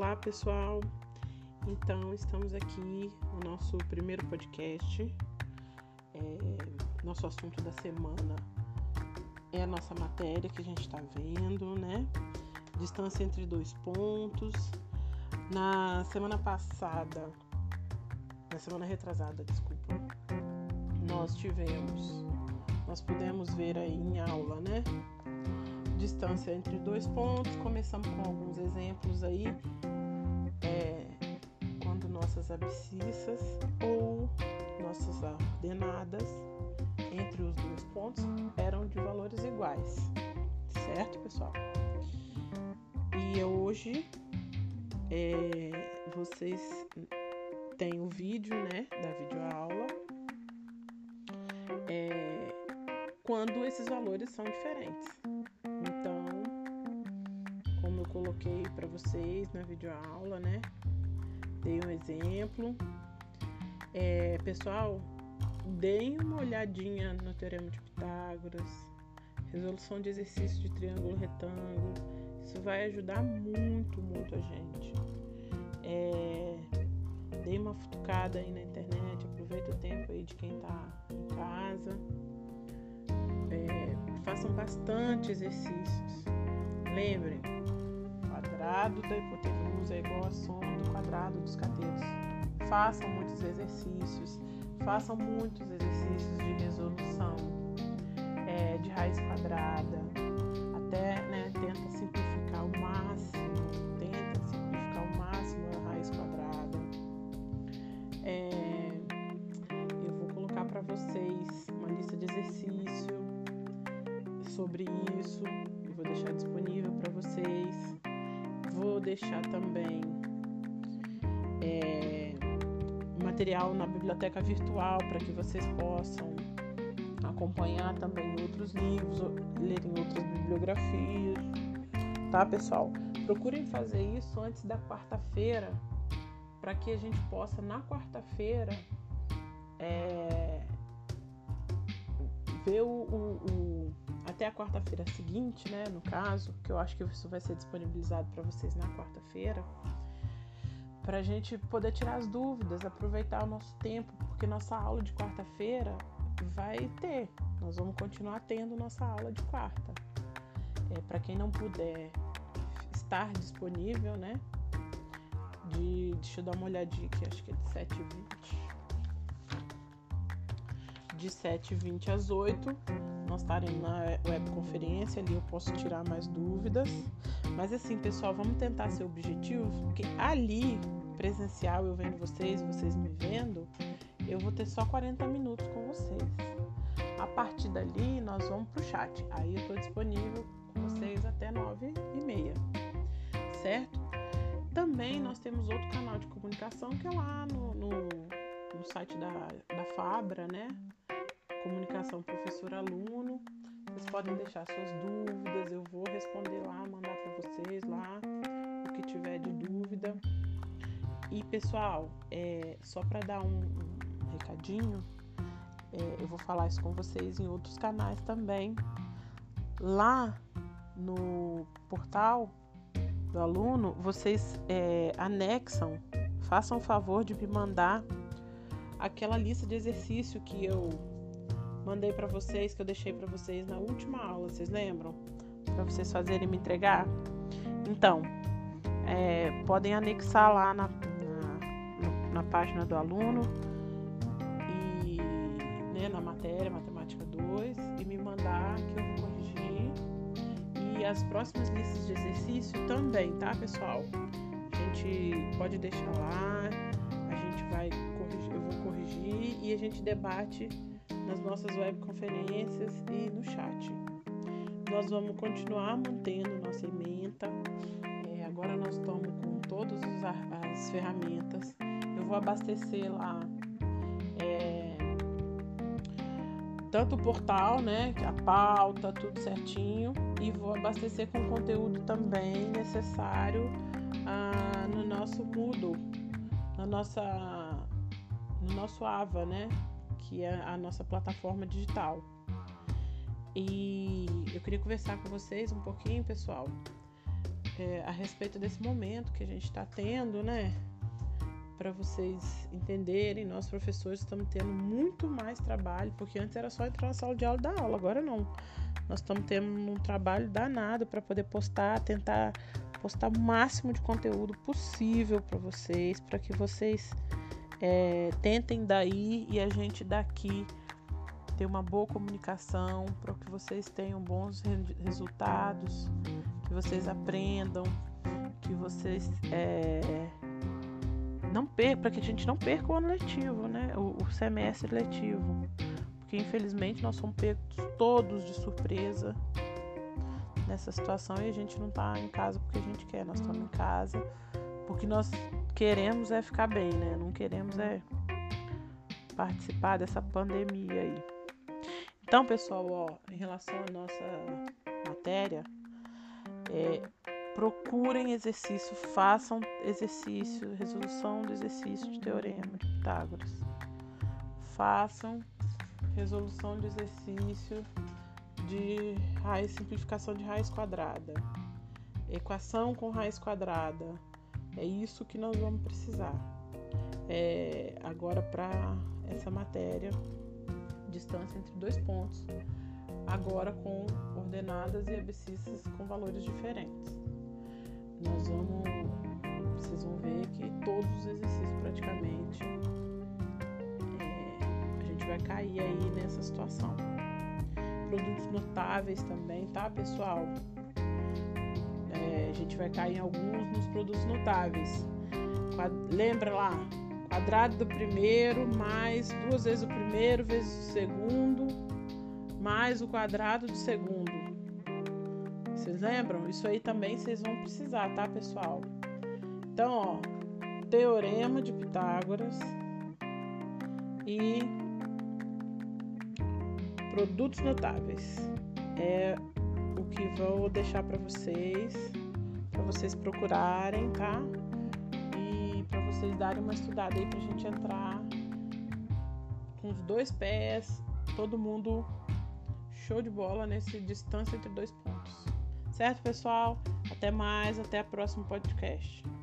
Olá, pessoal. Então, estamos aqui no nosso primeiro podcast. Nosso assunto da semana é a nossa matéria que a gente está vendo, né? Distância entre dois pontos. Na semana retrasada, nós pudemos ver aí em aula, né? Distância entre dois pontos. Começamos com alguns exemplos aí, quando nossas abscissas ou nossas ordenadas entre os dois pontos eram de valores iguais, certo, pessoal? E hoje vocês têm o vídeo, né, da videoaula, quando esses valores são diferentes. Então, como eu coloquei para vocês na videoaula, né, dei um exemplo. Pessoal, deem uma olhadinha no Teorema de Pitágoras, resolução de exercício de triângulo retângulo. Isso vai ajudar muito a gente. Dê uma futucada aí na internet, aproveita o tempo aí de quem está em casa. Façam bastante exercícios. Lembrem, o quadrado da hipotenusa é igual à soma do quadrado dos catetos. Façam muitos exercícios de resolução, de raiz quadrada, até, né, tenta simplificar ao máximo a raiz quadrada. Eu vou colocar para vocês uma lista de exercício sobre isso, eu vou deixar disponível para vocês. Vou deixar também material na biblioteca virtual para que vocês possam acompanhar também outros livros, lerem outras bibliografias, tá, pessoal? Procurem fazer isso antes da quarta-feira, para que a gente possa, na quarta-feira, ver até a quarta-feira seguinte, né, no caso, que eu acho que isso vai ser disponibilizado para vocês na quarta-feira, para a gente poder tirar as dúvidas, aproveitar o nosso tempo, porque nossa aula de quarta-feira nós vamos continuar tendo nossa aula de quarta. Para quem não puder estar disponível, né, deixa eu dar uma olhadinha aqui, acho que é de 7h20. De 7h20 às 8h, nós estaremos na webconferência, ali eu posso tirar mais dúvidas. Mas assim, pessoal, vamos tentar ser objetivos, porque ali, presencial, eu vendo vocês me vendo, eu vou ter só 40 minutos com vocês. A partir dali, nós vamos pro chat. Aí eu estou disponível com vocês até 9h30, certo? Também nós temos outro canal de comunicação, que é lá no site da Fabra, né? Comunicação professor-aluno. Vocês podem deixar suas dúvidas, eu vou responder lá, mandar para vocês lá o que tiver de dúvida. E, pessoal, só para dar um recadinho, eu vou falar isso com vocês em outros canais também. Lá no portal do aluno, vocês anexam, façam o favor de me mandar aquela lista de exercício que eu mandei para vocês, que eu deixei para vocês na última aula, vocês lembram? Para vocês fazerem e me entregar. Então, podem anexar lá na página do aluno e, né, na matéria Matemática 2, e me mandar, que eu vou corrigir. E as próximas listas de exercício também, tá, pessoal? A gente pode deixar lá, a gente vai corrigir, eu vou corrigir e a gente debate nas nossas webconferências e no chat. Nós vamos continuar mantendo nossa ementa. Agora nós estamos com todas as ferramentas. Eu vou abastecer lá tanto o portal, né, a pauta, tudo certinho, e vou abastecer com conteúdo também necessário no nosso Moodle, no nosso AVA, né, que é a nossa plataforma digital. E eu queria conversar com vocês um pouquinho, pessoal, a respeito desse momento que a gente está tendo, né? Para vocês entenderem, nós professores estamos tendo muito mais trabalho, porque antes era só entrar na sala de aula e dar aula, agora não. Nós estamos tendo um trabalho danado para poder tentar postar o máximo de conteúdo possível para vocês, para que vocês tentem daí e a gente daqui ter uma boa comunicação, para que vocês tenham bons resultados, que vocês aprendam, que vocês não percam, para que a gente não perca o ano letivo, né? O semestre letivo, porque infelizmente nós somos pegos todos de surpresa nessa situação e a gente não tá em casa porque a gente quer, nós estamos em casa porque nós queremos ficar bem, né? Não queremos participar dessa pandemia aí. Então, pessoal, em relação à nossa matéria, procurem exercício, façam exercício, resolução do exercício de teorema de Pitágoras. Façam resolução de exercício de simplificação de raiz quadrada. Equação com raiz quadrada. É isso que nós vamos precisar. Agora, para essa matéria, distância entre dois pontos, agora com ordenadas e abscissas com valores diferentes. Vocês vão ver que todos os exercícios praticamente a gente vai cair aí nessa situação. Produtos notáveis também, tá, pessoal? A gente vai cair em alguns nos produtos notáveis. Lembra lá? Quadrado do primeiro mais 2 vezes o primeiro vezes o segundo mais o quadrado do segundo. Vocês lembram? Isso aí também vocês vão precisar, tá, pessoal? Então, Teorema de Pitágoras e produtos notáveis é o que vou deixar para vocês procurarem, tá? E para vocês darem uma estudada aí pra gente entrar com os 2 pés, todo mundo show de bola nessa distância entre 2 pontos. Certo, pessoal? Até mais, até o próximo podcast.